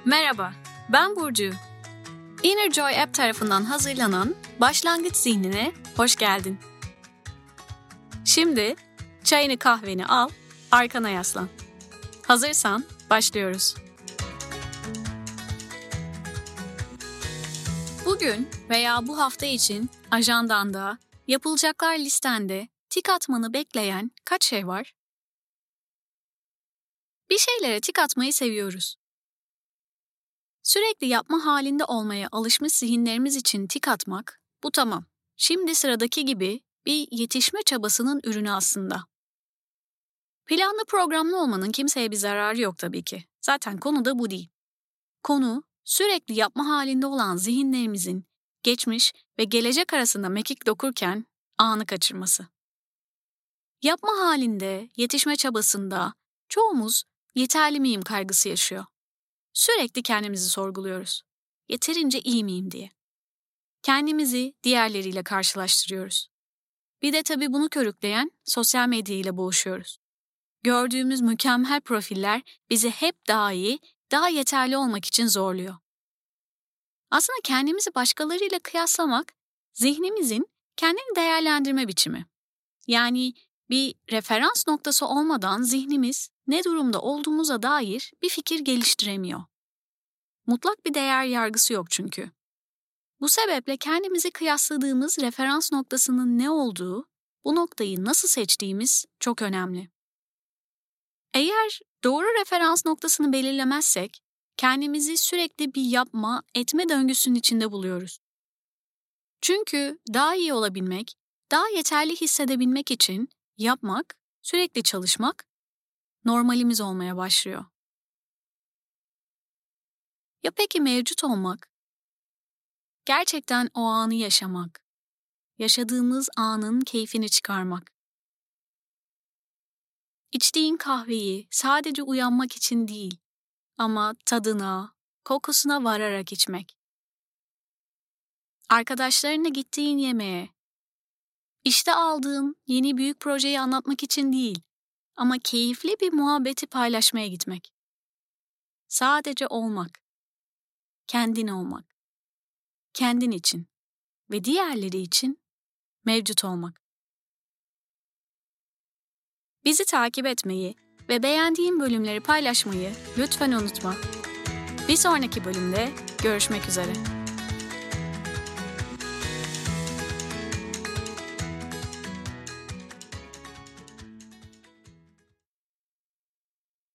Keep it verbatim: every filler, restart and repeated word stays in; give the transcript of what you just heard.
Merhaba, ben Burcu. Inner Joy App tarafından hazırlanan Başlangıç Zihnine hoş geldin. Şimdi çayını kahveni al, arkana yaslan. Hazırsan başlıyoruz. Bugün veya bu hafta için ajandanda, yapılacaklar listende tik atmanı bekleyen kaç şey var? Bir şeylere tik atmayı seviyoruz. Sürekli yapma halinde olmaya alışmış zihinlerimiz için tik atmak, bu tamam. Şimdi sıradaki gibi bir yetişme çabasının ürünü aslında. Planlı programlı olmanın kimseye bir zararı yok tabii ki. Zaten konu da bu değil. Konu, sürekli yapma halinde olan zihinlerimizin geçmiş ve gelecek arasında mekik dokurken anı kaçırması. Yapma halinde, yetişme çabasında çoğumuz yeterli miyim kaygısı yaşıyor. Sürekli kendimizi sorguluyoruz. Yeterince iyi miyim diye. Kendimizi diğerleriyle karşılaştırıyoruz. Bir de tabii bunu körükleyen sosyal medya ile boğuşuyoruz. Gördüğümüz mükemmel profiller bizi hep daha iyi, daha yeterli olmak için zorluyor. Aslında kendimizi başkalarıyla kıyaslamak, zihnimizin kendini değerlendirme biçimi. Yani bir referans noktası olmadan zihnimiz ne durumda olduğumuza dair bir fikir geliştiremiyor. Mutlak bir değer yargısı yok çünkü. Bu sebeple kendimizi kıyasladığımız referans noktasının ne olduğu, bu noktayı nasıl seçtiğimiz çok önemli. Eğer doğru referans noktasını belirlemezsek, kendimizi sürekli bir yapma, etme döngüsünün içinde buluyoruz. Çünkü daha iyi olabilmek, daha yeterli hissedebilmek için yapmak, sürekli çalışmak, normalimiz olmaya başlıyor. Ya peki mevcut olmak? Gerçekten o anı yaşamak, yaşadığımız anın keyfini çıkarmak. İçtiğin kahveyi sadece uyanmak için değil ama tadına, kokusuna vararak içmek. Arkadaşlarına gittiğin yemeğe, işte aldığın yeni büyük projeyi anlatmak için değil ama keyifli bir muhabbeti paylaşmaya gitmek. Sadece olmak, kendin olmak, kendin için ve diğerleri için mevcut olmak. Bizi takip etmeyi ve beğendiğin bölümleri paylaşmayı lütfen unutma. Bir sonraki bölümde görüşmek üzere.